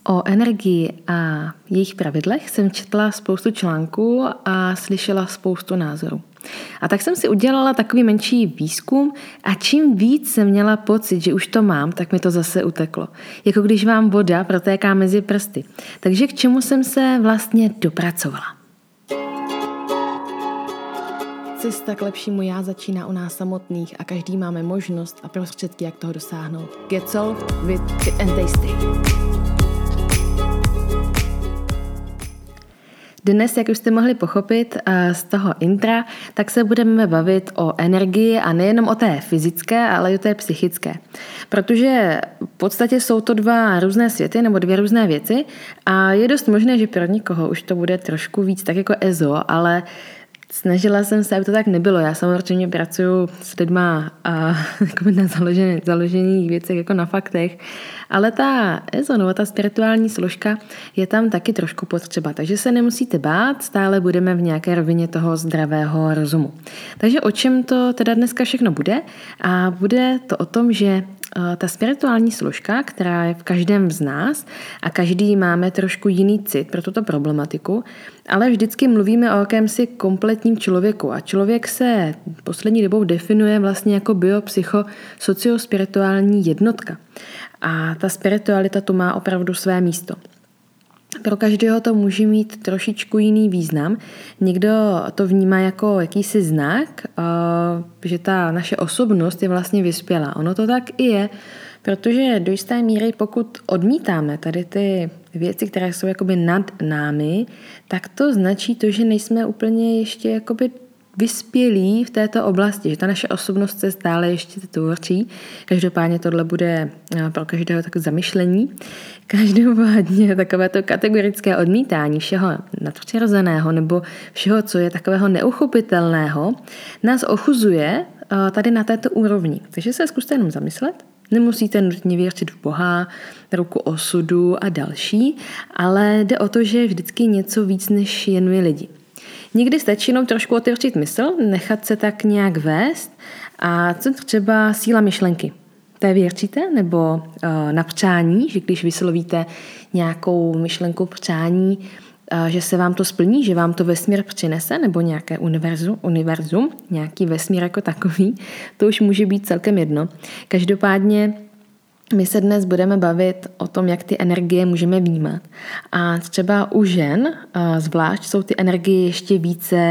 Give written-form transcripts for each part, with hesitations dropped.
O energii a jejich pravidlech jsem četla spoustu článků a slyšela spoustu názorů. A tak jsem si udělala takový menší výzkum a čím víc jsem měla pocit, že už to mám, tak mi to zase uteklo. Jako když vám voda protéká mezi prsty. Takže k čemu jsem se vlastně dopracovala? Cesta k lepšímu já začíná u nás samotných a každý máme možnost a prostředky, jak toho dosáhnout. Get solved with Fit and Tasty. Dnes, jak už jste mohli pochopit z toho intra, tak se budeme bavit o energii a nejenom o té fyzické, ale i o té psychické. Protože v podstatě jsou to dva různé světy nebo dvě různé věci a je dost možné, že pro někoho už to bude trošku víc tak jako EZO, ale snažila jsem se, aby to tak nebylo. Já samozřejmě pracuji s lidma na založených věcech, jako na faktech, ale ta EZO, nebo ta spirituální složka je tam taky trošku potřeba. Takže se nemusíte bát, stále budeme v nějaké rovině toho zdravého rozumu. Takže o čem to teda dneska všechno bude? A bude to o tom, že ta spirituální složka, která je v každém z nás a každý máme trošku jiný cit pro tuto problematiku, ale vždycky mluvíme o jakémsi kompletním člověku a člověk se poslední dobou definuje vlastně jako biopsycho-sociospirituální jednotka. A ta spiritualita tu má opravdu své místo. Pro každého to může mít trošičku jiný význam. Někdo to vnímá jako jakýsi znak, že ta naše osobnost je vlastně vyspělá. Ono to tak i je, protože do jisté míry, pokud odmítáme tady ty věci, které jsou jakoby nad námi, tak to značí to, že nejsme úplně ještě jakoby vyspělí v této oblasti, že ta naše osobnost se stále ještě tvoří. Každopádně tohle bude pro každého takové zamyšlení. Každopádně takové to kategorické odmítání všeho nadpřirozeného nebo všeho, co je takového neuchopitelného, nás ochuzuje tady na této úrovni. Takže se zkuste jenom zamyslet. Nemusíte nutně věřit v Boha, ruku osudu a další, ale jde o to, že je vždycky něco víc než jen my lidi. Někdy stačí jenom trošku otevřít mysl, nechat se tak nějak vést a co třeba síla myšlenky. Té věříte? Nebo na přání, že když vyslovíte nějakou myšlenku přání, že se vám to splní, že vám to vesmír přinese, nebo nějaké univerzum, nějaký vesmír jako takový, to už může být celkem jedno. Každopádně my se dnes budeme bavit o tom, jak ty energie můžeme vnímat. A třeba u žen zvlášť jsou ty energie ještě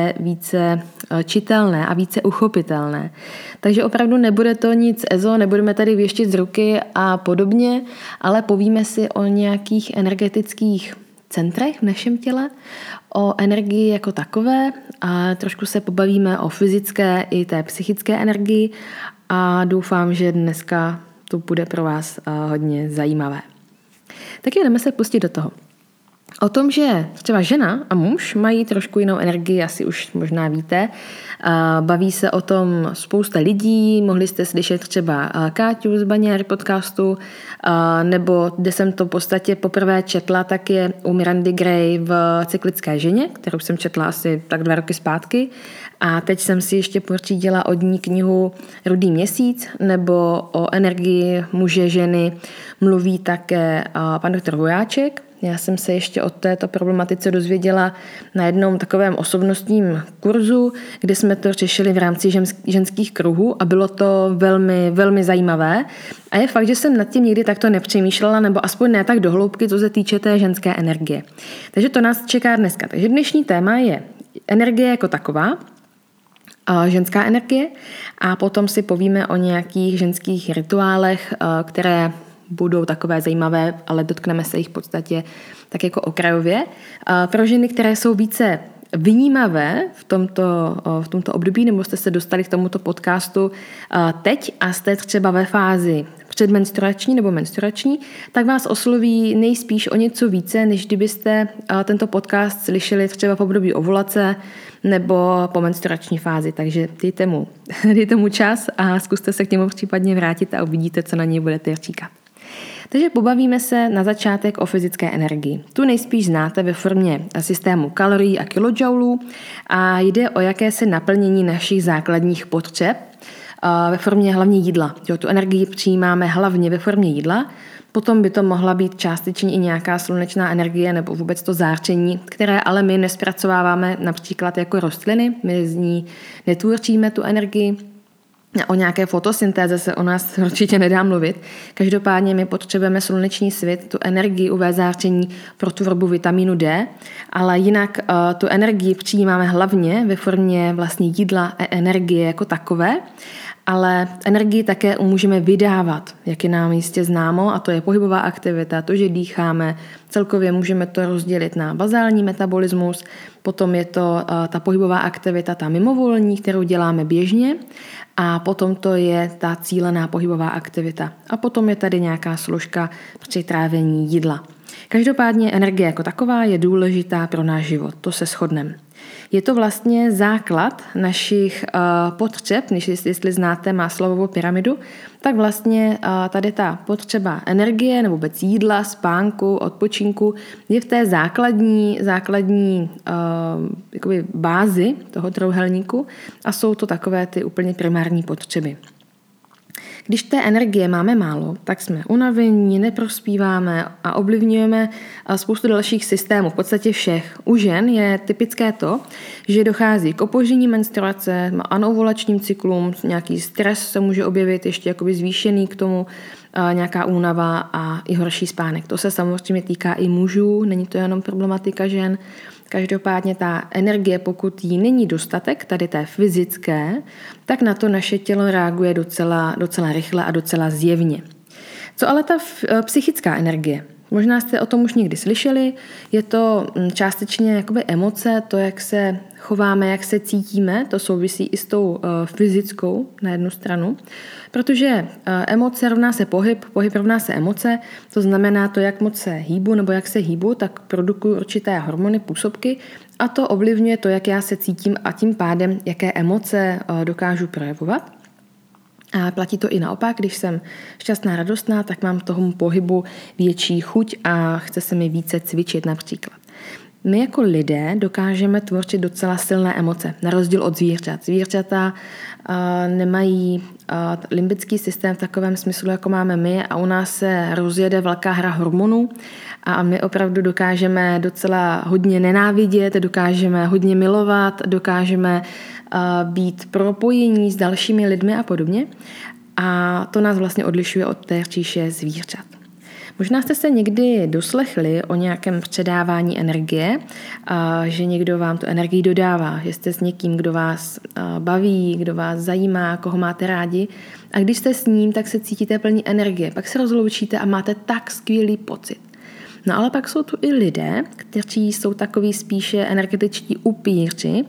více čitelné a více uchopitelné. Takže opravdu nebude to nic EZO, nebudeme tady věštit z ruky a podobně, ale povíme si o nějakých energetických centrech v našem těle, o energii jako takové a trošku se pobavíme o fyzické i té psychické energii a doufám, že dneska to bude pro vás hodně zajímavé. Tak jdeme se pustit do toho. O tom, že třeba žena a muž mají trošku jinou energii, asi už možná víte. Baví se o tom spousta lidí, mohli jste slyšet třeba Káťu z Baněr podcastu, nebo kde jsem to v podstatě poprvé četla, tak je u Mirandy Gray v Cyklické ženě, kterou jsem četla asi tak 2 roky zpátky. A teď jsem si ještě pořídila od ní knihu Rudý měsíc, nebo o energii muže, ženy mluví také pan doktor Vojáček. Já jsem se ještě o této problematice dozvěděla na jednom takovém osobnostním kurzu, kde jsme to řešili v rámci ženských kruhů a bylo to velmi, velmi zajímavé. A je fakt, že jsem nad tím nikdy takto nepřemýšlela, nebo aspoň ne tak dohloubky, co se týče té ženské energie. Takže to nás čeká dneska. Takže dnešní téma je energie jako taková, ženská energie a potom si povíme o nějakých ženských rituálech, které budou takové zajímavé, ale dotkneme se jich v podstatě tak jako okrajově. Pro ženy, které jsou více vnímavé v tomto období, nebo jste se dostali k tomuto podcastu teď a jste třeba ve fázi předmenstruační nebo menstruační, tak vás osloví nejspíš o něco více, než kdybyste tento podcast slyšeli třeba v období ovulace nebo po menstruační fázi. Takže dejte mu čas a zkuste se k němu případně vrátit a uvidíte, co na něj budete říkat. Takže pobavíme se na začátek o fyzické energii. Tu nejspíš znáte ve formě systému kalorií a kilojoulů a jde o jakési naplnění našich základních potřeb ve formě hlavně jídla. Tu energii přijímáme hlavně ve formě jídla. Potom by to mohla být částečně i nějaká slunečná energie nebo vůbec to záření, které ale my nespracováváme například jako rostliny, my z ní netvůrčíme tu energii. O nějaké fotosyntéze se o nás určitě nedá mluvit. Každopádně my potřebujeme sluneční svit, tu energii UV záření pro tvorbu vitamínu D, ale jinak tu energii přijímáme hlavně ve formě vlastně jídla a energie jako takové, ale energii také můžeme vydávat, jak je nám jistě známo, a to je pohybová aktivita, to, že dýcháme. Celkově můžeme to rozdělit na bazální metabolismus, potom je to ta pohybová aktivita, ta mimovolní, kterou děláme běžně, a potom to je ta cílená pohybová aktivita. A potom je tady nějaká složka při trávení jídla. Každopádně energie jako taková je důležitá pro náš život, to se shodneme. Je to vlastně základ našich potřeb, jestli znáte Maslowovu pyramidu, tak vlastně tady ta potřeba energie nebo vůbec jídla, spánku, odpočinku je v té základní jakoby bázi toho trojúhelníku a jsou to takové ty úplně primární potřeby. Když té energie máme málo, tak jsme unavení, neprospíváme a ovlivňujeme spoustu dalších systémů, v podstatě všech. U žen je typické to, že dochází k opoždění menstruace, anovulačním cyklům, nějaký stres se může objevit, ještě jakoby zvýšený k tomu, nějaká únava a i horší spánek. To se samozřejmě týká i mužů, není to jenom problematika žen. Každopádně ta energie, pokud jí není dostatek, tady té fyzické, tak na to naše tělo reaguje docela rychle a docela zjevně. Co ale ta psychická energie? Možná jste o tom už někdy slyšeli, je to částečně jakoby emoce, to, jak se chováme, jak se cítíme, to souvisí i s tou fyzickou na jednu stranu, protože emoce rovná se pohyb rovná se emoce, to znamená to, jak moc se hýbu nebo jak se hýbu, tak produkuju určité hormony, působky a to ovlivňuje to, jak já se cítím a tím pádem, jaké emoce dokážu projevovat. A platí to i naopak, když jsem šťastná, radostná, tak mám tomu pohybu větší chuť a chce se mi více cvičit například. My jako lidé dokážeme tvořit docela silné emoce, na rozdíl od zvířat. Zvířata nemají limbický systém v takovém smyslu, jako máme my a u nás se rozjede velká hra hormonů a my opravdu dokážeme docela hodně nenávidět, dokážeme hodně milovat, dokážeme být propojení s dalšími lidmi a podobně. A to nás vlastně odlišuje od té říše zvířat. Možná jste se někdy doslechli o nějakém předávání energie, že někdo vám tu energii dodává, že jste s někým, kdo vás baví, kdo vás zajímá, koho máte rádi. A když jste s ním, tak se cítíte plní energie. Pak se rozloučíte a máte tak skvělý pocit. No ale pak jsou tu i lidé, kteří jsou takový spíše energetičtí upíři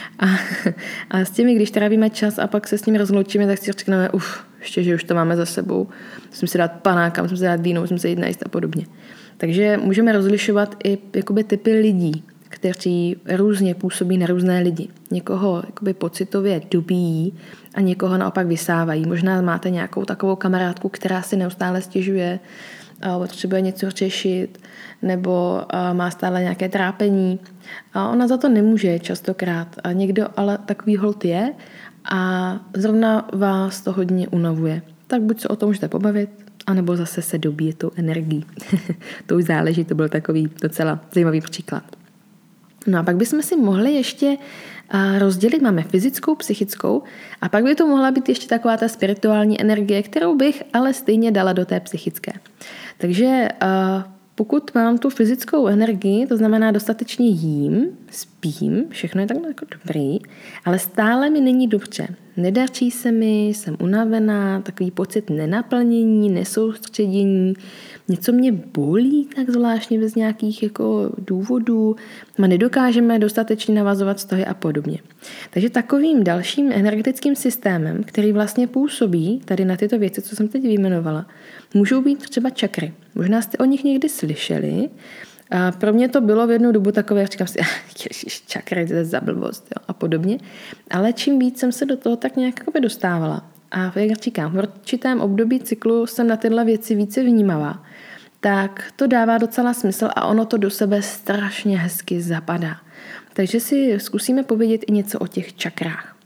a s těmi, když trávíme čas a pak se s nimi rozloučíme, tak si řekneme, ještě, že už to máme za sebou, musím si dát panáka, musím si dát víno, musím se jít najíst a podobně. Takže můžeme rozlišovat i jakoby typy lidí, kteří různě působí na různé lidi. Někoho jakoby pocitově dobíjí a někoho naopak vysávají. Možná máte nějakou takovou kamarádku, která si neustále stěžuje, potřebuje něco řešit nebo má stále nějaké trápení. A ona za to nemůže častokrát. A někdo ale takový holt je a zrovna vás to hodně unavuje. Tak buď se o tom můžete pobavit, anebo zase se dobíje tou energií. To už záleží, to byl takový docela zajímavý příklad. No a pak bychom si mohli ještě rozdělit, máme fyzickou, psychickou a pak by to mohla být ještě taková ta spirituální energie, kterou bych ale stejně dala do té psychické. Takže pokud mám tu fyzickou energii, to znamená dostatečně jím, spím, všechno je takhle jako dobrý, ale stále mi není dobře. Nedaří se mi, jsem unavená, takový pocit nenaplnění, nesoustředění, něco mě bolí tak zvláštně bez nějakých jako důvodů, a nedokážeme dostatečně navazovat vztahy a podobně. Takže takovým dalším energetickým systémem, který vlastně působí tady na tyto věci, co jsem teď vyjmenovala, můžou být třeba čakry. Možná jste o nich někdy slyšeli. A pro mě to bylo v jednu dobu takové, říkám si, ježiš, čakry, to je za blbost, jo, a podobně. Ale čím víc jsem se do toho tak nějak dostávala. A jak říkám, v určitém období cyklu jsem na tyhle věci více vnímavá, tak to dává docela smysl a ono to do sebe strašně hezky zapadá. Takže si zkusíme povědět i něco o těch čakrách.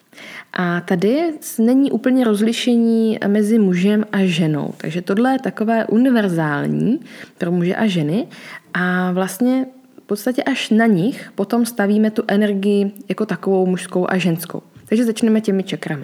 A tady není úplně rozlišení mezi mužem a ženou. Takže tohle je takové univerzální pro muže a ženy a vlastně v podstatě až na nich potom stavíme tu energii jako takovou mužskou a ženskou. Takže začneme těmi čakrami.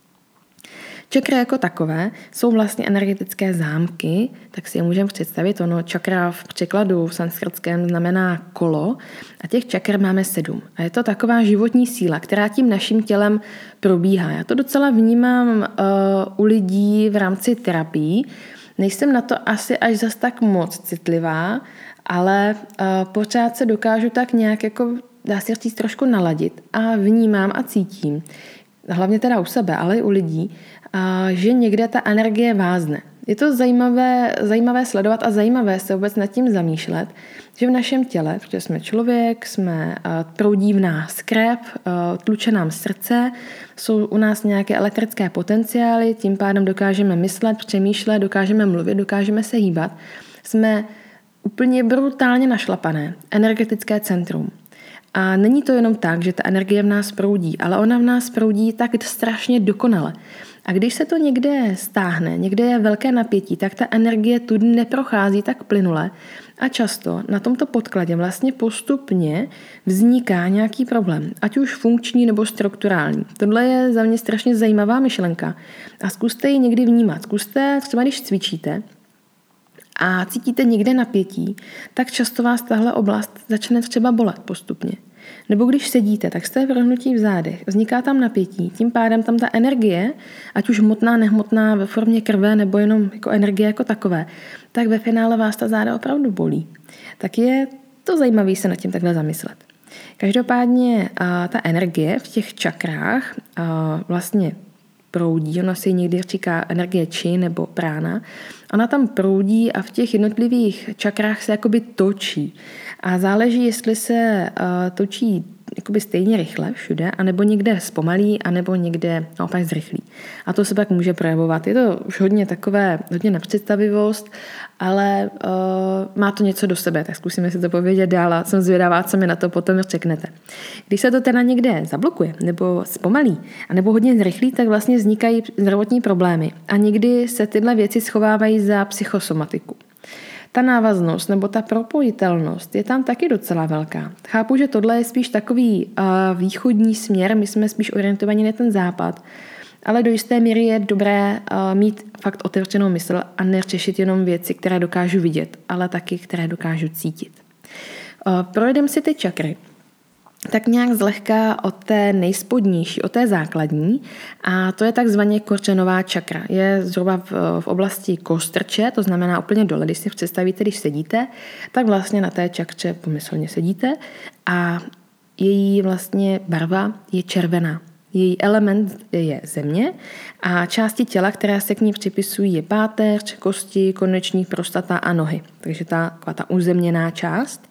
Čakry jako takové jsou vlastně energetické zámky, tak si je můžeme představit. Ono čakra v překladu v sanskritském znamená kolo a těch čakr máme 7. A je to taková životní síla, která tím naším tělem probíhá. Já to docela vnímám u lidí v rámci terapii. Nejsem na to asi až zas tak moc citlivá, ale pořád se dokážu tak nějak jako, dá se říct, trošku naladit a vnímám a cítím, hlavně teda u sebe, ale i u lidí, že někde ta energie vázne. Je to zajímavé sledovat a zajímavé se vůbec nad tím zamýšlet, že v našem těle, protože jsme člověk, proudí v nás krev, tluče nám srdce, jsou u nás nějaké elektrické potenciály, tím pádem dokážeme myslet, přemýšlet, dokážeme mluvit, dokážeme se hýbat. Jsme úplně brutálně našlapané, energetické centrum. A není to jenom tak, že ta energie v nás proudí, ale ona v nás proudí tak strašně dokonale. A když se to někde stáhne, někde je velké napětí, tak ta energie tudy neprochází tak plynule a často na tomto podkladě vlastně postupně vzniká nějaký problém, ať už funkční nebo strukturální. Tohle je za mě strašně zajímavá myšlenka a zkuste ji někdy vnímat. Zkuste, třeba když cvičíte a cítíte někde napětí, tak často vás tahle oblast začne třeba bolet postupně. Nebo když sedíte, tak jste vrhnutí v zádech, vzniká tam napětí, tím pádem tam ta energie, ať už hmotná, nehmotná, ve formě krve nebo jenom jako energie jako takové, tak ve finále vás ta záda opravdu bolí. Tak je to zajímavé se nad tím takhle zamyslet. Každopádně ta energie v těch čakrách vlastně proudí, ona si někdy říká energie či nebo prána, ona tam proudí a v těch jednotlivých čakrách se jakoby točí. A záleží, jestli se točí jakoby stejně rychle všude, anebo někde zpomalí, anebo někde naopak zrychlí. A to se pak může projevovat. Je to už hodně nepředstavivost, ale má to něco do sebe, tak zkusíme si to povědět dál a jsem zvědavá, co mi na to potom řeknete. Když se to teda někde zablokuje, nebo zpomalí, anebo hodně zrychlí, tak vlastně vznikají zdravotní problémy. A někdy se tyhle věci schovávají za psychosomatiku. Ta návaznost nebo ta propojitelnost je tam taky docela velká. Chápu, že tohle je spíš takový východní směr, my jsme spíš orientovaní na ten západ, ale do jisté míry je dobré mít fakt otevřenou mysl a neřešit jenom věci, které dokážu vidět, ale taky, které dokážu cítit. Projedeme si ty čakry. Tak nějak zlehka od té nejspodnější, od té základní a to je takzvaně kořenová čakra. Je zhruba v oblasti kostrče, to znamená úplně dole, když si představíte, když sedíte, tak vlastně na té čakře pomyslně sedíte a její vlastně barva je červená. Její element je země a části těla, které se k ní připisují, je páteř, kosti, konečník, prostata a nohy. Takže ta uzemněná část.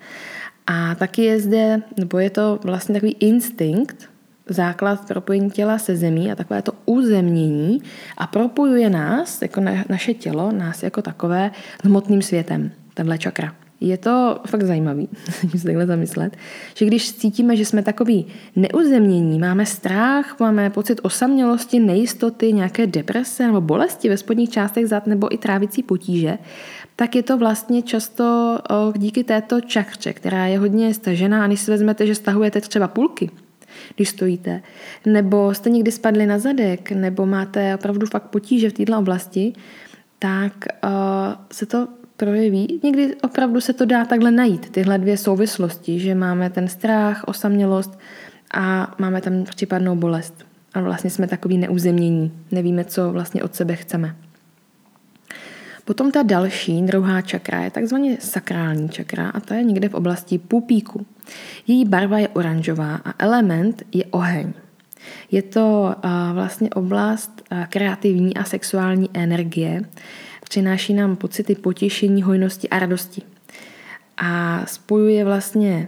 A taky je zde, nebo je to vlastně takový instinkt, základ propojení těla se zemí a takové to uzemnění a propojuje nás, jako naše tělo, nás jako takové, s hmotným světem, tahle čakra. Je to fakt zajímavý, se takhle zamyslet, že když cítíme, že jsme takový neuzemnění, máme strach, máme pocit osamělosti, nejistoty, nějaké deprese nebo bolesti ve spodních částech zad nebo i trávicí potíže, tak je to vlastně často díky této čakře, která je hodně stažená a když si vezmete, že stahujete třeba půlky, když stojíte, nebo jste někdy spadli na zadek, nebo máte opravdu fakt potíže v této oblasti, tak se to projeví. Někdy opravdu se to dá takhle najít, tyhle dvě souvislosti, že máme ten strach, osamělost a máme tam případnou bolest. A vlastně jsme takový neuzemnění, nevíme, co vlastně od sebe chceme. Potom ta další, druhá čakra je takzvaně sakrální čakra a ta je někde v oblasti pupíku. Její barva je oranžová a element je oheň. Je to vlastně oblast kreativní a sexuální energie. Přináší nám pocity potěšení, hojnosti a radosti. A spojuje vlastně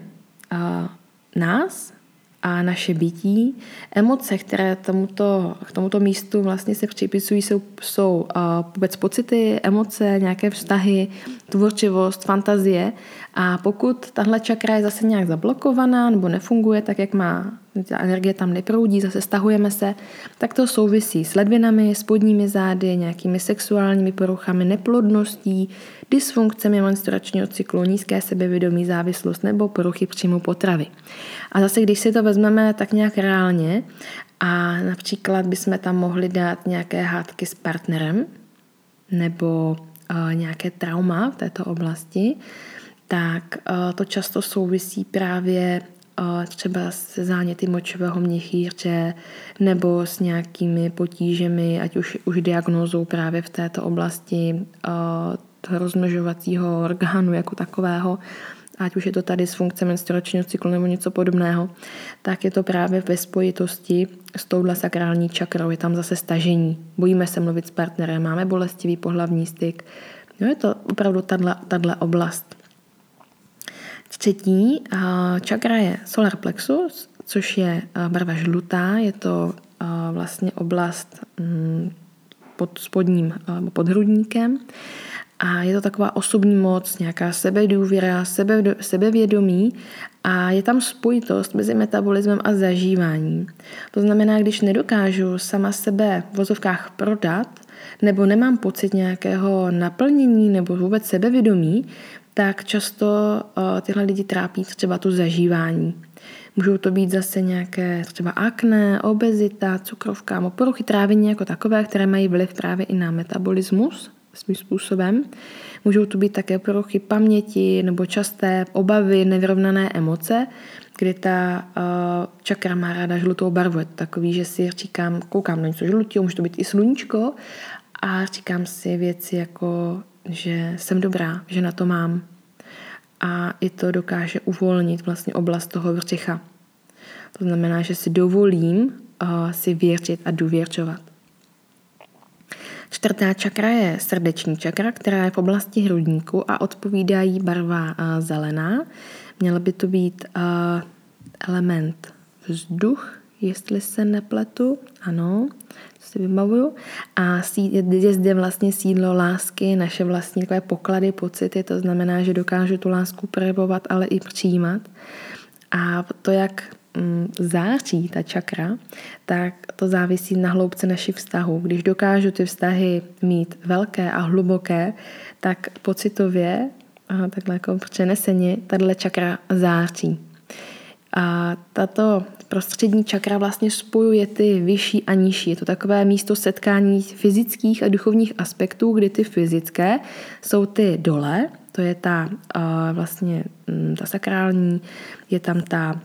nás a naše bytí. Emoce, které k tomuto místu vlastně se připisují, jsou vůbec pocity, emoce, nějaké vztahy, tvorčivost, fantazie. A pokud tahle čakra je zase nějak zablokovaná nebo nefunguje tak, jak má ta energie tam neproudí, zase stahujeme se, tak to souvisí s ledvinami, spodními zády, nějakými sexuálními poruchami, neplodností, dysfunkcemi menstruačního cyklu, nízké sebevědomí, závislost nebo poruchy příjmu potravy. A zase, když si to vezmeme tak nějak reálně a například bychom tam mohli dát nějaké hádky s partnerem nebo nějaké trauma v této oblasti, tak to často souvisí právě třeba se záněty močového měchýře nebo s nějakými potížemi, ať už diagnózou právě v této oblasti toho rozmnožovacího orgánu jako takového, ať už je to tady z funkce menstruačního cyklu nebo něco podobného, tak je to právě ve spojitosti s touhle sakrální čakrou. Je tam zase stažení, bojíme se mluvit s partnerem, máme bolestivý pohlavní styk. No je to opravdu tato oblast. Třetí čakra je solar plexus, což je barva žlutá, je to vlastně oblast pod spodním podhrudníkem a je to taková osobní moc, nějaká sebedůvěra, sebevědomí a je tam spojitost mezi metabolismem a zažíváním. To znamená, když nedokážu sama sebe v vozovkách prodat nebo nemám pocit nějakého naplnění nebo vůbec sebevědomí, tak často tyhle lidi trápí třeba tu zažívání. Můžou to být zase nějaké třeba akné, obezita, cukrovka, poruchy trávení jako takové, které mají vliv právě i na metabolismus svým způsobem. Můžou to být také poruchy paměti nebo časté obavy, nevyrovnané emoce, kdy ta čakra má ráda žlutou barvu. Je to takový, že si říkám, koukám na něco žlutého, může to být i sluníčko a říkám si věci jako, že jsem dobrá, že na to mám. A i to dokáže uvolnit vlastně oblast toho břicha. To znamená, že si dovolím si věřit a důvěřovat. Čtvrtá čakra je srdeční čakra, která je v oblasti hrudníku a odpovídá jí barva zelená. Měl by to být element vzduch, jestli se nepletu. Ano, to si vybavuju. A je zde vlastně sídlo lásky, naše vlastní takové poklady, pocity, to znamená, že dokážu tu lásku projevovat, ale i přijímat. A to, jak září ta čakra, tak to závisí na hloubce našich vztahů. Když dokážu ty vztahy mít velké a hluboké, tak pocitově, takhle jako přeneseně, tato čakra září. A tato prostřední čakra vlastně spojuje ty vyšší a nižší. Je to takové místo setkání fyzických a duchovních aspektů, kdy ty fyzické jsou ty dole, to je ta vlastně ta sakrální, je tam ta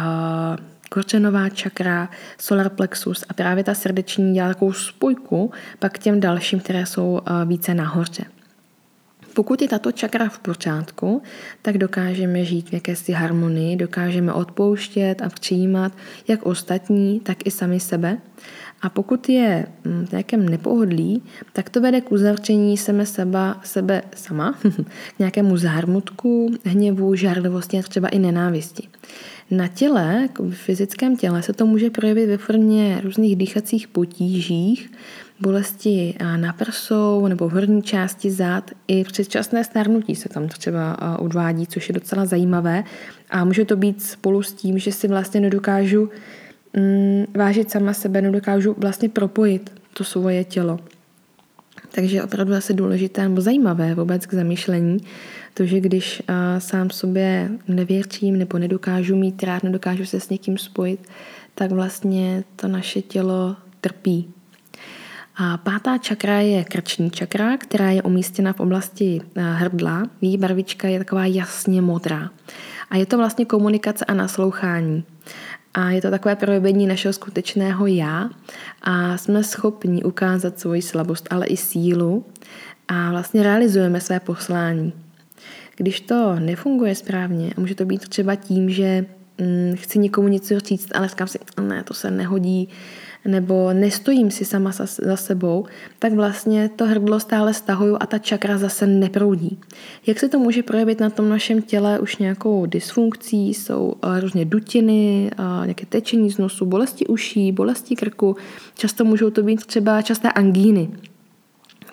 kořenová čakra, solar plexus a právě ta srdeční dělá takovou spojku pak k těm dalším, které jsou více nahoře. Pokud je tato čakra v pořádku, tak dokážeme žít v jakési harmonii, dokážeme odpouštět a přijímat jak ostatní, tak i sami sebe. A pokud je v nějakém nepohodlí, tak to vede k uzavření sebe sama, k nějakému zármutku, hněvu, žárlivosti a třeba i nenávisti. Na těle, v fyzickém těle, se to může projevit ve formě různých dýchacích potížích, bolesti na prsou nebo v horní části zad. I předčasné stárnutí se tam třeba odvádí, což je docela zajímavé. A může to být spolu s tím, že si vlastně nedokážu vážit sama sebe, nedokážu vlastně propojit to svoje tělo. Takže je opravdu asi důležité nebo zajímavé vůbec k zamýšlení, to, že když sám sobě nevěřím nebo nedokážu mít rád, nedokážu se s někým spojit, tak vlastně to naše tělo trpí. A pátá čakra je krční čakra, která je umístěna v oblasti hrdla. Její barvička je taková jasně modrá. A je to vlastně komunikace a naslouchání. A je to takové projevení našeho skutečného já a jsme schopni ukázat svoji slabost, ale i sílu a vlastně realizujeme své poslání. Když to nefunguje správně, a může to být třeba tím, že chci někomu něco říct, ale říkám si, ne, to se nehodí, nebo nestojím si sama za sebou, tak vlastně to hrdlo stále stahuju a ta čakra zase neproudí. Jak se to může projevit na tom našem těle už nějakou dysfunkcí, jsou různě dutiny, nějaké tečení z nosu, bolesti uší, bolesti krku, často můžou to být třeba časté angíny,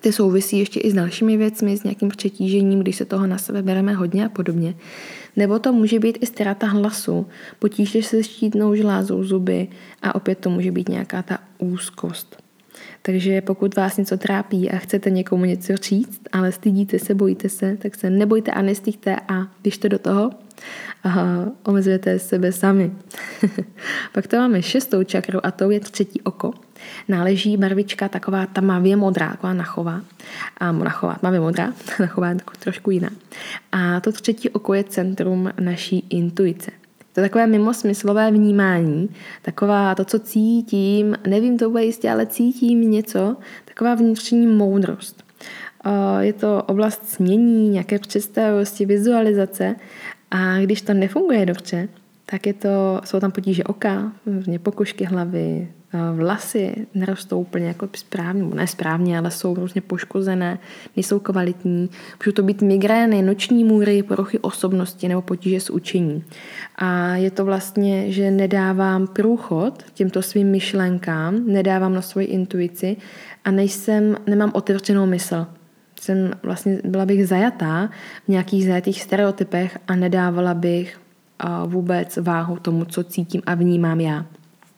Ty souvisí ještě i s dalšími věcmi, s nějakým přetížením, když se toho na sebe bereme hodně a podobně. Nebo to může být i ztráta hlasu, potíže se štítnou žlázou zuby a opět to může být nějaká ta úzkost. Takže pokud vás něco trápí a chcete někomu něco říct, ale stydíte se, bojíte se, tak se nebojte a nestýchte a běžte do toho a omezujete sebe sami. Pak to máme 6. čakru a to je 3. oko. Náleží barvička taková tmavě modrá, taková nachová. Tmavě modrá, nachová je trošku jiná. A to 3. oko je centrum naší intuice. To je takové mimosmyslové vnímání, taková to, co cítím, nevím to úplně jistě, ale cítím něco, taková vnitřní moudrost. Je to oblast snění, nějaké představivosti, vizualizace a když to nefunguje dobře, tak jsou tam potíže oka, pokožky hlavy, vlasy nerostou úplně jako správně, ne správně, ale jsou různě poškozené, nejsou kvalitní. Můžou to být migrény, noční můry, poruchy osobnosti nebo potíže s učením. A je to vlastně, že nedávám průchod těmto svým myšlenkám, nedávám na svoji intuici a nemám otevřenou mysl. Byla bych zajatá v nějakých zajatých stereotypech a nedávala bych vůbec váhu tomu, co cítím a vnímám já.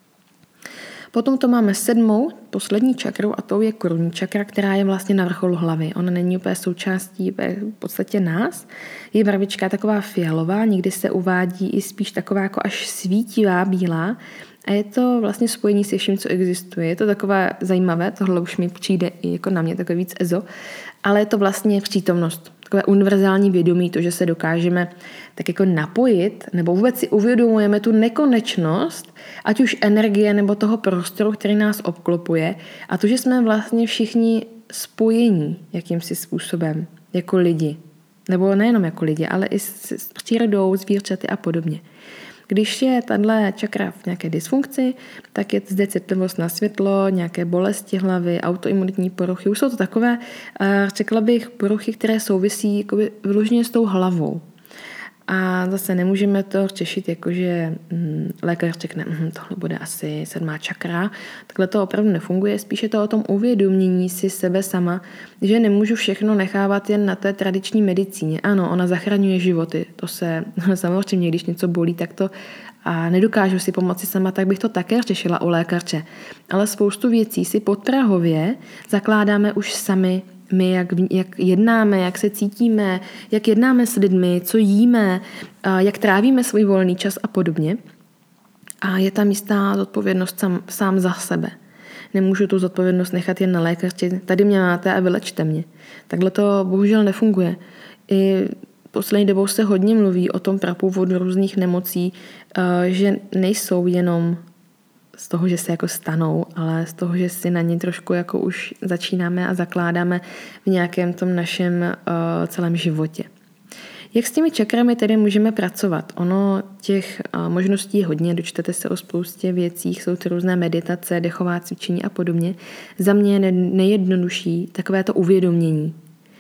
Potom to máme 7. poslední čakru a to je korunní čakra, která je vlastně na vrcholu hlavy. Ona není úplně součástí v podstatě nás. Je barvička taková fialová, někdy se uvádí i spíš taková jako až svítivá, bílá. A je to vlastně spojení se vším, co existuje. Je to takové zajímavé, tohle už mi přijde i jako na mě takové víc ezo, ale je to vlastně přítomnost. Takové univerzální vědomí, to, že se dokážeme tak jako napojit, nebo vůbec si uvědomujeme tu nekonečnost, ať už energie nebo toho prostoru, který nás obklopuje, a to, že jsme vlastně všichni spojení jakýmsi způsobem, jako lidi. Nebo nejenom jako lidi, ale i s přírodou, zvířaty a podobně. Když je tato čakra v nějaké dysfunkci, tak je zde citlivost na světlo, nějaké bolesti hlavy, autoimunitní poruchy. Už jsou to takové, řekla bych, poruchy, které souvisí vyloženě s tou hlavou. A zase nemůžeme to řešit, jakože lékař řekne, tohle bude asi 7. čakra. Takhle to opravdu nefunguje. Spíše to o tom uvědomění si sebe sama, že nemůžu všechno nechávat jen na té tradiční medicíně. Ano, ona zachraňuje životy. To se samozřejmě, když něco bolí, tak to a nedokážu si pomoci sama, tak bych to také řešila u lékaře. Ale spoustu věcí si podprahově zakládáme už sami. My, jak jednáme, jak se cítíme, jak jednáme s lidmi, co jíme, jak trávíme svůj volný čas a podobně. A je tam jistá zodpovědnost sám za sebe. Nemůžu tu zodpovědnost nechat jen na lékaři. Tady mě máte a vylečte mě. Takhle to bohužel nefunguje. I poslední dobou se hodně mluví o tom prapůvodu různých nemocí, že nejsou jenom z toho, že se jako stanou, ale z toho, že si na ně trošku jako už začínáme a zakládáme v nějakém tom našem celém životě. Jak s těmi čakrami tedy můžeme pracovat? Ono těch možností je hodně, dočtete se o spoustě věcí, jsou to různé meditace, dechová cvičení a podobně. Za mě je nejjednodušší takové to uvědomění.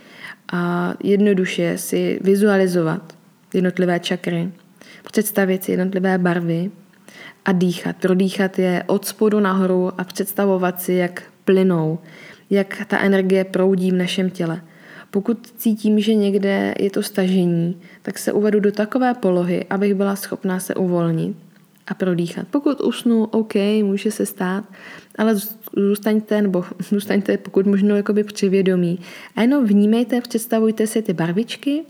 A jednoduše si vizualizovat jednotlivé čakry, představit si jednotlivé barvy, a dýchat. Prodýchat je od spodu nahoru a představovat si, jak plynou, jak ta energie proudí v našem těle. Pokud cítím, že někde je to stažení, tak se uvedu do takové polohy, abych byla schopná se uvolnit a prodýchat. Pokud usnu, OK, může se stát, ale zůstaňte pokud možno jakoby při vědomí. A jenom vnímejte, představujte si ty barvičky,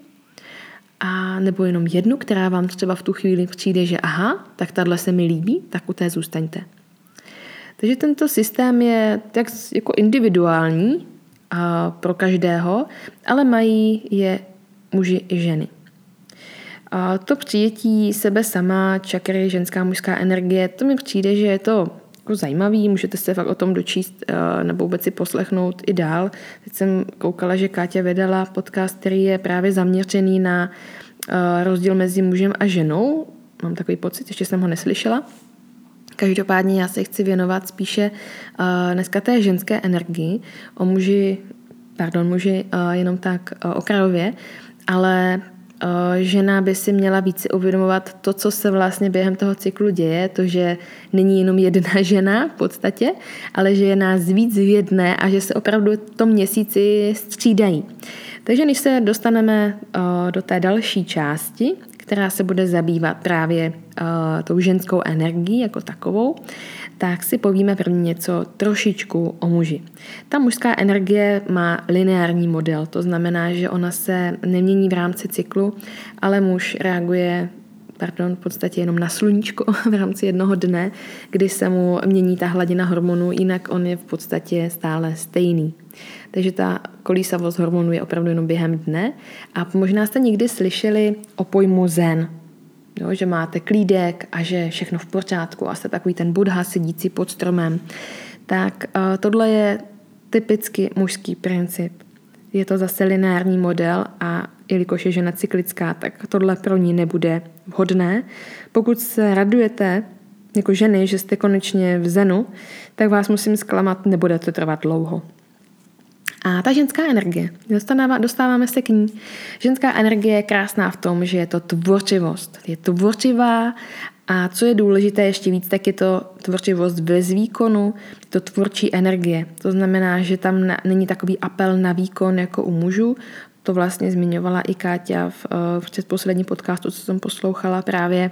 a nebo jenom jednu, která vám třeba v tu chvíli přijde, že aha, tak tahle se mi líbí, tak u té zůstaňte. Takže tento systém je tak jako individuální pro každého, ale mají je muži i ženy. A to přijetí sebe sama, čakry, ženská, mužská energie, to mi přijde, že je to jako zajímavý, můžete se fakt o tom dočíst nebo vůbec si poslechnout i dál. Teď jsem koukala, že Káťa vydala podcast, který je právě zaměřený na rozdíl mezi mužem a ženou. Mám takový pocit, ještě jsem ho neslyšela. Každopádně já se chci věnovat spíše dneska té ženské energii, muži jenom tak okrajově, ale žena by si měla víc si uvědomovat to, co se vlastně během toho cyklu děje, to, že není jenom jedna žena v podstatě, ale že je nás víc v jedné a že se opravdu v tom měsíci střídají. Takže než se dostaneme do té další části, která se bude zabývat právě tou ženskou energií jako takovou, tak si povíme první něco trošičku o muži. Ta mužská energie má lineární model, to znamená, že ona se nemění v rámci cyklu, ale muž reaguje v podstatě jenom na sluníčko v rámci jednoho dne, kdy se mu mění ta hladina hormonů, jinak on je v podstatě stále stejný. Takže ta kolísavost hormonů je opravdu jenom během dne. A možná jste někdy slyšeli o pojmu zen, jo, že máte klídek a že všechno v pořádku a jste takový ten Buddha sedící pod stromem. Tak tohle je typicky mužský princip. Je to zase lineární model a jelikož je žena cyklická, tak tohle pro ní nebude vhodné. Pokud se radujete jako ženy, že jste konečně v zenu, tak vás musím zklamat, nebude to trvat dlouho. A ta ženská energie, dostáváme se k ní. Ženská energie je krásná v tom, že je to tvořivost. Je tvořivá a co je důležité ještě víc, tak je to tvořivost bez výkonu, je to tvůrčí energie. To znamená, že tam není takový apel na výkon jako u mužů. To vlastně zmiňovala i Káťa v předposledním podcastu, co jsem poslouchala právě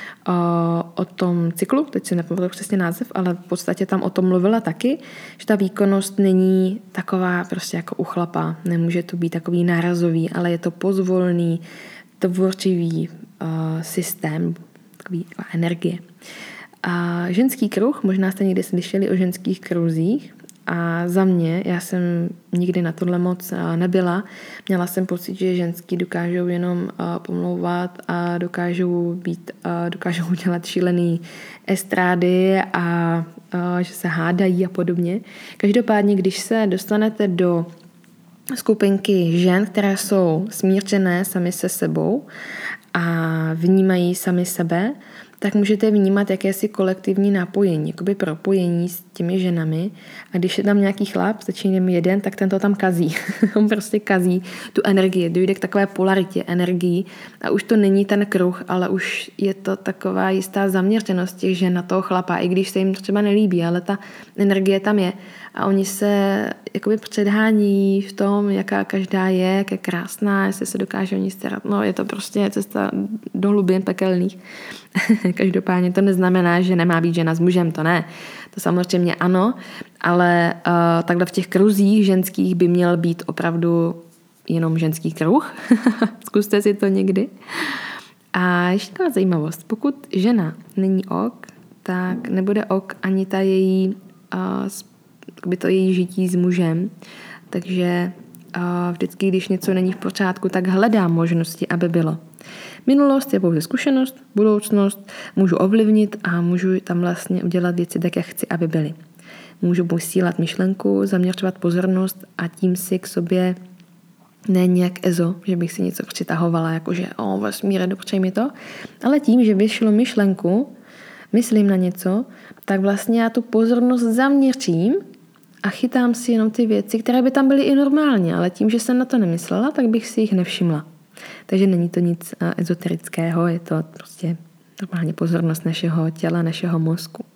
o tom cyklu, teď si nepamatuju přesně název, ale v podstatě tam o tom mluvila taky, že ta výkonnost není taková prostě jako u chlapa, nemůže to být takový nárazový, ale je to pozvolný, tvorčivý systém, taková energie. A ženský kruh, možná jste někdy slyšeli o ženských kruzích, a za mě, já jsem nikdy na tohle moc nebyla. Měla jsem pocit, že ženský dokážou jenom pomlouvat a dokážou dělat šílený estrády a že se hádají a podobně. Každopádně, když se dostanete do skupinky žen, které jsou smířené sami se sebou a vnímají sami sebe, tak můžete vnímat jakési kolektivní napojení, jakoby propojení s těmi ženami. A když je tam nějaký chlap, stačí jen jeden, tak ten to tam kazí. On prostě kazí tu energii, dojde k takové polaritě energií a už to není ten kruh, ale už je to taková jistá zaměřenost těch žen na toho chlapa, i když se jim třeba nelíbí, ale ta energie tam je. A oni se jakoby předhání v tom, jaká každá je, jak je krásná, jestli se dokáže o ní starat. No, je to prostě cesta do hlubin pekelných. Každopádně to neznamená, že nemá být žena s mužem, to ne. To samozřejmě ano, ale takhle v těch kruzích ženských by měl být opravdu jenom ženský kruh. Zkuste si to někdy. A ještě taková zajímavost. Pokud žena není ok, tak nebude ok ani ta její to její žití s mužem. Takže vždycky, když něco není v pořádku, tak hledám možnosti, aby bylo. Minulost je pouze zkušenost, budoucnost můžu ovlivnit a můžu tam vlastně udělat věci tak, jak chci, aby byly. Můžu posílat myšlenku, zaměřovat pozornost a tím si k sobě ne nějak ezo, že bych si něco přitahovala, jakože vesmíre, dopřej mi to, ale tím, že vyšlo myšlenku, myslím na něco, tak vlastně já tu pozornost zaměřím a chytám si jenom ty věci, které by tam byly i normálně, ale tím, že jsem na to nemyslela, tak bych si jich nevšimla. Takže není to nic ezoterického, je to prostě normálně pozornost našeho těla, našeho mozku.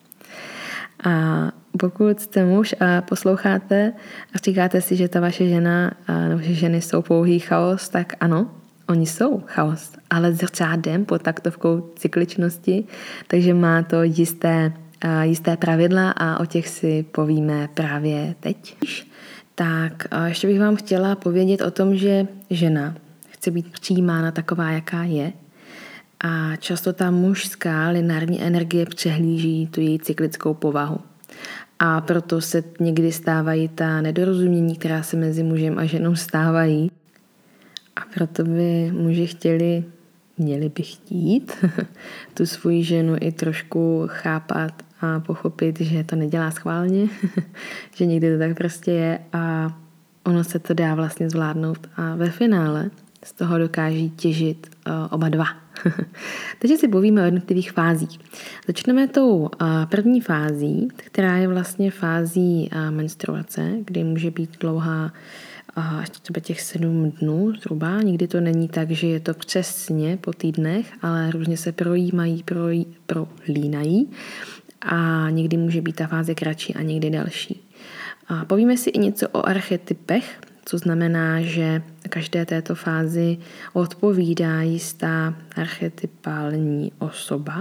A pokud jste muž a posloucháte a říkáte si, že ta vaše žena nebo že ženy jsou pouhý chaos, tak ano, oni jsou chaos, ale zrcádem pod taktovkou cykličnosti, takže má to jisté pravidla a o těch si povíme právě teď. Tak ještě bych vám chtěla povědět o tom, že žena chce být přijímána taková, jaká je a často ta mužská lineární energie přehlíží tu její cyklickou povahu. A proto se někdy stávají ta nedorozumění, která se mezi mužem a ženou stávají. A proto by muži měli by chtít tu svou ženu i trošku chápat a pochopit, že to nedělá schválně, že někdy to tak prostě je a ono se to dá vlastně zvládnout a ve finále z toho dokáží těžit oba dva. Takže si povíme o jednotlivých fázích. Začneme tou první fází, která je vlastně fází menstruace, kdy může být dlouhá až třeba těch 7 dnů zhruba. Nikdy to není tak, že je to přesně po týdnech, ale různě se projímají, prolínají a někdy může být ta fáze kratší a někdy delší. A povíme si i něco o archetypech, co znamená, že každé této fázi odpovídá jistá archetypální osoba.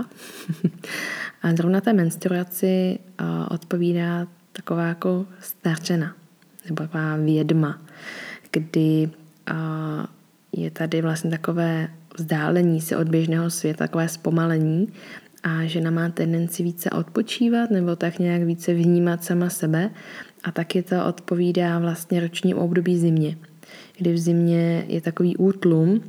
A zrovna té menstruaci odpovídá taková jako starčena, nebo taková vědma, kdy je tady vlastně takové vzdálení se od běžného světa, takové zpomalení a žena má tendenci více odpočívat nebo tak nějak více vnímat sama sebe a taky to odpovídá vlastně ročním období zimě, kdy v zimě je takový útlum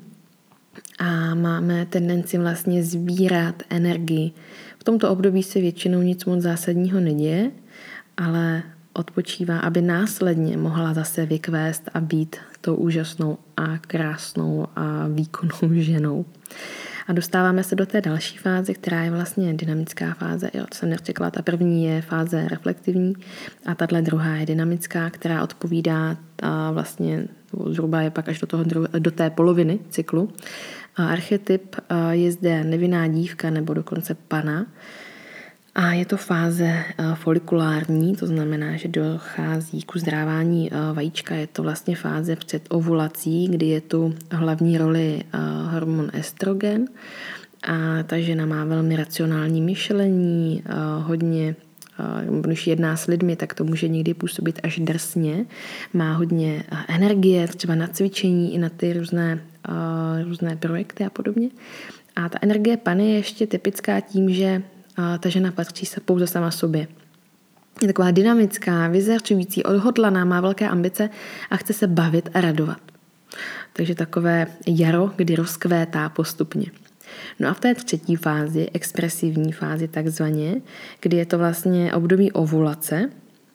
a máme tendenci vlastně sbírat energii. V tomto období se většinou nic moc zásadního neděje, ale odpočívá, aby následně mohla zase vykvést a být tou úžasnou a krásnou a výkonnou ženou. A dostáváme se do té další fáze, která je vlastně dynamická fáze. Jo, to jsem neřekla, ta první je fáze reflektivní a tahle druhá je dynamická, která odpovídá vlastně zhruba je pak až do té poloviny cyklu. Archetyp je zde nevinná dívka nebo dokonce pana. A je to fáze folikulární, to znamená, že dochází k uzdrávání vajíčka. Je to vlastně fáze před ovulací, kdy je tu hlavní roli hormon estrogen. A ta žena má velmi racionální myšlení, hodně, když jedná s lidmi, tak to může někdy působit až drsně. Má hodně energie, třeba na cvičení i na ty různé projekty a podobně. A ta energie Pany je ještě typická tím, že ta žena patří se pouze sama sobě. Je taková dynamická, vyzařující, odhodlaná, má velké ambice a chce se bavit a radovat. Takže takové jaro, kdy rozkvétá postupně. No a v té třetí fázi, expresivní fázi takzvaně, kdy je to vlastně období ovulace,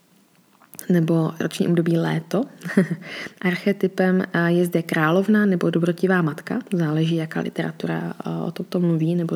nebo roční období léto. Archetypem je zde královna nebo dobrotivá matka, záleží, jaká literatura o tomto mluví, nebo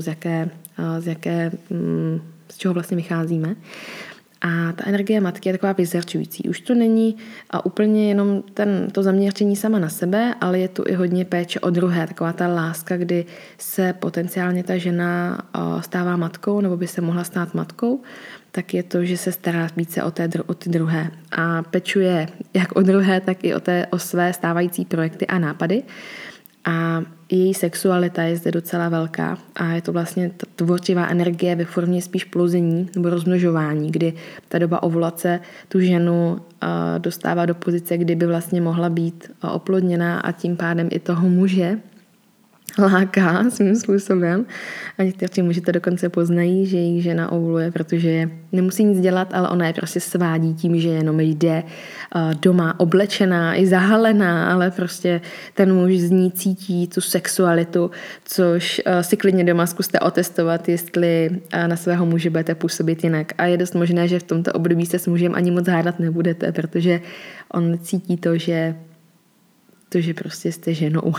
z čeho vlastně vycházíme. A ta energie matky je taková vyzerčující. Už to není úplně jenom to zaměření sama na sebe, ale je tu i hodně péče o druhé, taková ta láska, kdy se potenciálně ta žena stává matkou nebo by se mohla stát matkou, tak je to, že se stará více o ty druhé a pečuje jak o druhé, tak i o své stávající projekty a nápady. A její sexualita je zde docela velká a je to vlastně tvořivá energie ve formě spíš plození nebo rozmnožování, kdy ta doba ovulace tu ženu dostává do pozice, kdy by vlastně mohla být oplodněná a tím pádem i toho muže láká svým způsobem. A někteří muži to dokonce poznají, že jejich žena ovuluje, protože nemusí nic dělat, ale ona je prostě svádí tím, že jenom jde doma oblečená i zahalená, ale prostě ten muž z ní cítí tu sexualitu, což si klidně doma zkuste otestovat, jestli na svého muže budete působit jinak. A je dost možné, že v tomto období se s mužem ani moc hádat nebudete, protože on cítí to, že prostě jste ženou.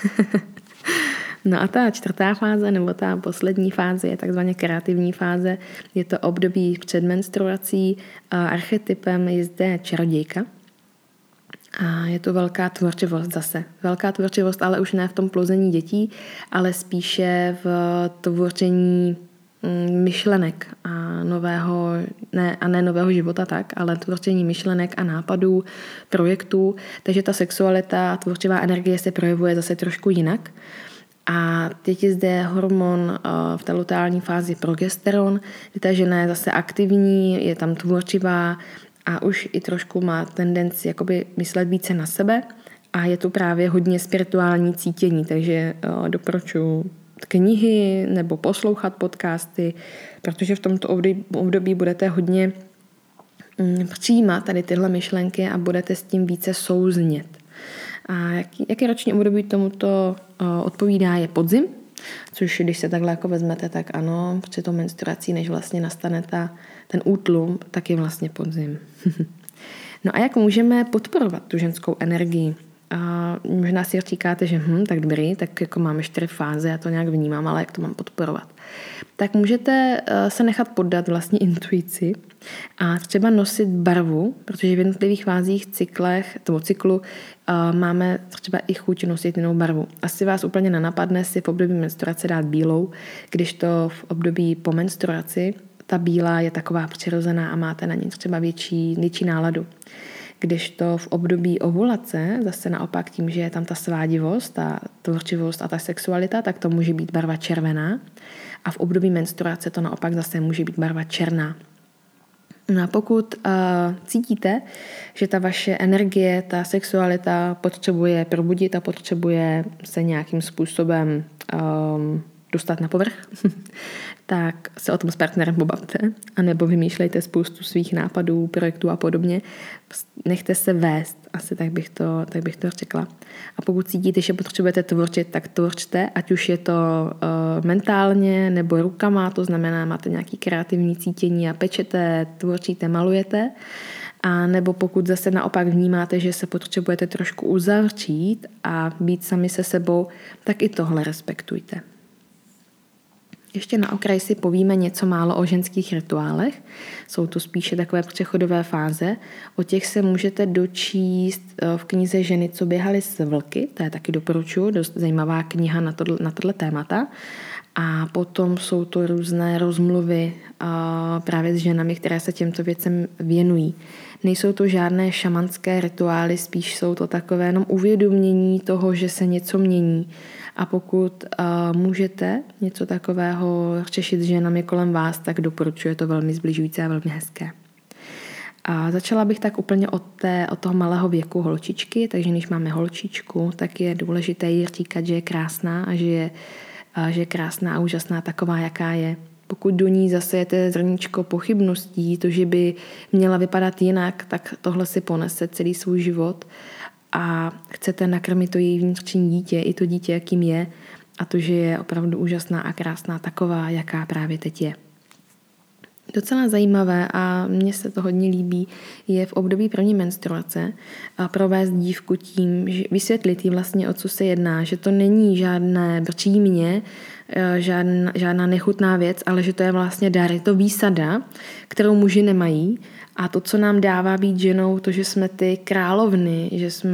No a ta čtvrtá fáze, nebo ta poslední fáze je takzvaně kreativní fáze. Je to období před menstruací. Archetypem je zde čarodějka. A je to velká tvořivost zase. Velká tvořivost, ale už ne v tom plození dětí, ale spíše v tvoření myšlenek a ne nového života tak, ale tvoření myšlenek a nápadů, projektů. Takže ta sexualita a tvořivá energie se projevuje zase trošku jinak. A teď je zde hormon v té luteální fázi progesteron, kdy ta žena je zase aktivní, je tam tvořivá a už i trošku má tendenci jakoby myslet více na sebe a je tu právě hodně spirituální cítění, takže doporučuji knihy nebo poslouchat podcasty, protože v tomto období budete hodně přijímat tady tyhle myšlenky a budete s tím více souznět. A jaký roční období tomuto odpovídá je podzim, což když se takhle jako vezmete, tak ano, při tou menstruací, než vlastně nastane ten útlum, tak je vlastně podzim. No a jak můžeme podporovat tu ženskou energii? možná si říkáte, že tak dobrý, tak jako máme 4 fáze, já to nějak vnímám, ale jak to mám podporovat. Tak můžete se nechat poddat vlastní intuici a třeba nosit barvu, protože v jednotlivých fázích cyklu máme třeba i chuť nosit jinou barvu. Asi vás úplně nenapadne si v období menstruace dát bílou, když to v období po menstruaci ta bílá je taková přirozená a máte na ní třeba větší náladu. Když to v období ovulace, zase naopak tím, že je tam ta svádivost, ta tvorčivost a ta sexualita, tak to může být barva červená. A v období menstruace to naopak zase může být barva černá. No a pokud cítíte, že ta vaše energie, ta sexualita potřebuje probudit a potřebuje se nějakým způsobem dostat na povrch, tak se o tom s partnerem pobavte, anebo vymýšlejte spoustu svých nápadů, projektů a podobně. Nechte se vést, asi tak bych to řekla. A pokud cítíte, že potřebujete tvořit, tak tvořte, ať už je to mentálně nebo rukama, to znamená, máte nějaké kreativní cítění a pečete, tvoříte, malujete. A nebo pokud zase naopak vnímáte, že se potřebujete trošku uzavřít a být sami se sebou, tak i tohle respektujte. Ještě na okraj si povíme něco málo o ženských rituálech. Jsou to spíše takové přechodové fáze. O těch se můžete dočíst v knize Ženy, co běhaly s vlky. To je taky doporučuji, dost zajímavá kniha na tohle témata. A potom jsou to různé rozmluvy právě s ženami, které se těmto věcem věnují. Nejsou to žádné šamanské rituály, spíš jsou to takové jenom uvědomění toho, že se něco mění. A pokud můžete něco takového řešit s ženami kolem vás, tak doporučuji, je to velmi zbližující a velmi hezké. A začala bych tak úplně od toho malého věku holčičky, takže když máme holčičku, tak je důležité jí říkat, že je krásná a že je krásná a úžasná taková, jaká je. Pokud do ní zasejete zrníčko pochybností, to, že by měla vypadat jinak, tak tohle si ponese celý svůj život a chcete nakrmit to její vnitřní dítě, i to dítě, jakým je, a to, že je opravdu úžasná a krásná taková, jaká právě teď je. Docela zajímavé a mně se to hodně líbí, je v období první menstruace provést dívku tím, že vysvětlit jí vlastně, o co se jedná, že to není žádné břímě, žádná nechutná věc, ale že to je vlastně dar, je to výsada, kterou muži nemají, a to, co nám dává být ženou, to, že jsme ty královny,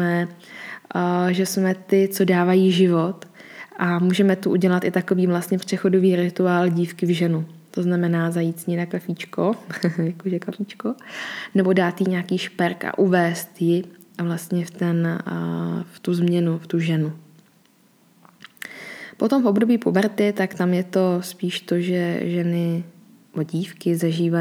že jsme ty, co dávají život, a můžeme tu udělat i takový vlastně přechodový rituál dívky v ženu. To znamená zajít s ní na kafíčko, jakože kafíčko, nebo dát jí nějaký šperk a uvést ji vlastně v tu změnu, v tu ženu. Potom v období puberty, tak tam je to spíš to, že ženy dívky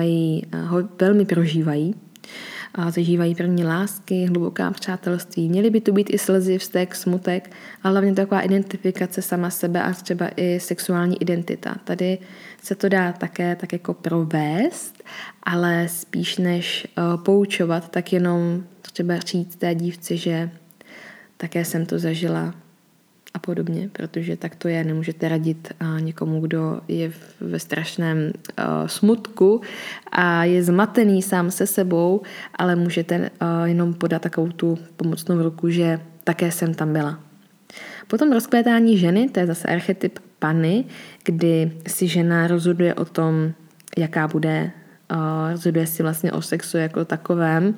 velmi prožívají. Zažívají první lásky, hluboká přátelství. Měly by tu být i slzy, vztek, smutek, ale hlavně taková identifikace sama sebe a třeba i sexuální identita. Tady se to dá také tak jako provést, ale spíš než poučovat, tak jenom třeba říct té dívci, že také jsem to zažila a podobně, protože tak to je. Nemůžete radit někomu, kdo je ve strašném smutku a je zmatený sám se sebou, ale můžete jenom podat takovou tu pomocnou ruku, že také jsem tam byla. Potom rozkvétání ženy, to je zase archetyp panny, kdy si žena rozhoduje o tom, jaká bude, rozhoduje si vlastně o sexu jako takovém.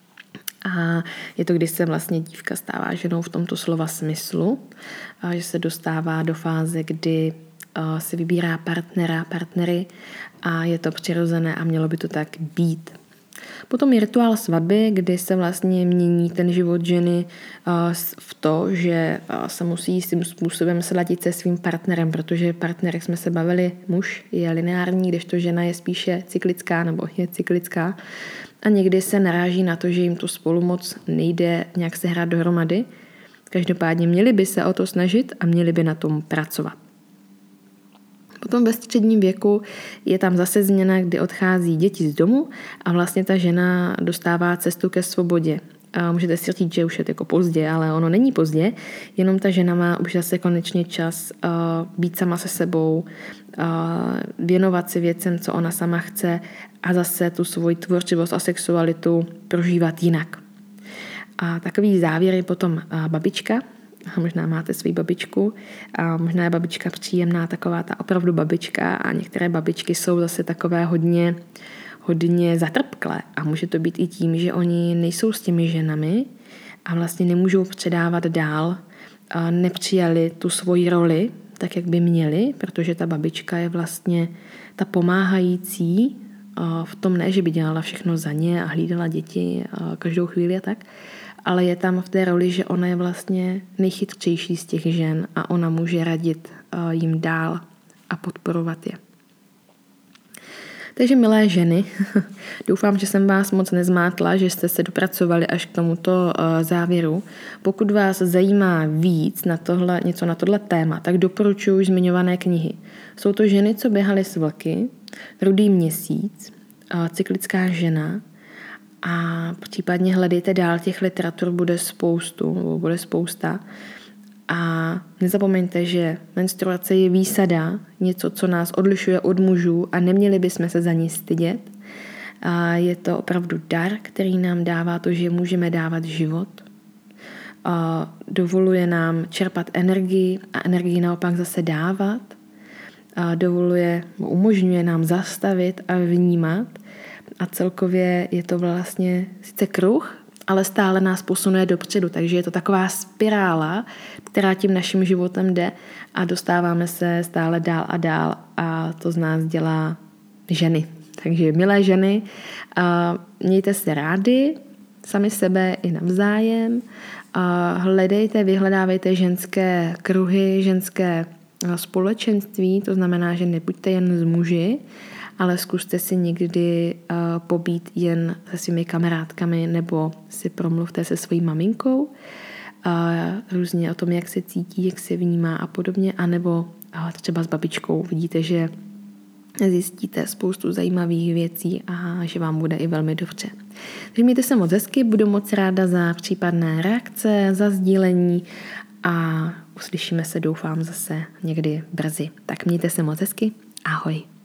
A je to, když se vlastně dívka stává ženou v tomto slova smyslu, že se dostává do fáze, kdy si vybírá partnery a je to přirozené a mělo by to tak být. Potom je rituál svatby, kdy se vlastně mění ten život ženy v to, že se musí s tím způsobem sladit se svým partnerem, protože partner, jak jsme se bavili, muž je lineární, kdežto žena je spíše cyklická nebo je cyklická. A někdy se naráží na to, že jim to spolu moc nejde nějak se hrát dohromady. Každopádně měli by se o to snažit a měli by na tom pracovat. Potom ve středním věku je tam zase změna, kdy odchází děti z domu a vlastně ta žena dostává cestu ke svobodě. A můžete si říct, že už je to jako pozdě, ale ono není pozdě, jenom ta žena má už zase konečně čas být sama se sebou, věnovat si věcem, co ona sama chce a zase tu svoji tvorčivost a sexualitu prožívat jinak. A takový závěr je potom babička. A možná máte svou babičku a možná je babička příjemná, taková ta opravdu babička a některé babičky jsou zase takové hodně zatrpklé a může to být i tím, že oni nejsou s těmi ženami a vlastně nemůžou předávat dál, nepřijali tu svoji roli, tak jak by měli, protože ta babička je vlastně ta pomáhající v tom, ne, že by dělala všechno za ně a hlídala děti každou chvíli a tak, ale je tam v té roli, že ona je vlastně nejchytřejší z těch žen a ona může radit jim dál a podporovat je. Takže milé ženy, doufám, že jsem vás moc nezmátla, že jste se dopracovali až k tomuto závěru. Pokud vás zajímá víc něco na tohle téma, tak doporučuji už zmiňované knihy. Jsou to Ženy, co běhaly s vlky, Rudý měsíc, Cyklická žena a případně hledejte dál, těch literatur bude spousta. A nezapomeňte, že menstruace je výsada, něco, co nás odlišuje od mužů a neměli bychom se za ní stydět. A je to opravdu dar, který nám dává to, že můžeme dávat život. A dovoluje nám čerpat energii a energii naopak zase dávat. A umožňuje nám zastavit a vnímat. A celkově je to vlastně sice kruh, ale stále nás posunuje dopředu, takže je to taková spirála, která tím naším životem jde a dostáváme se stále dál a dál a to z nás dělá ženy. Takže milé ženy, mějte se rádi, sami sebe i navzájem, vyhledávejte ženské kruhy, ženské společenství, to znamená, že nebuďte jen z muži, ale zkuste si někdy pobít jen se svými kamarádkami nebo si promluvte se svojí maminkou různě o tom, jak se cítí, jak se vnímá a podobně, anebo třeba s babičkou vidíte, že zjistíte spoustu zajímavých věcí a že vám bude i velmi dobře. Takže mějte se moc hezky, budu moc ráda za případné reakce, za sdílení a uslyšíme se, doufám, zase někdy brzy. Tak mějte se moc hezky, ahoj.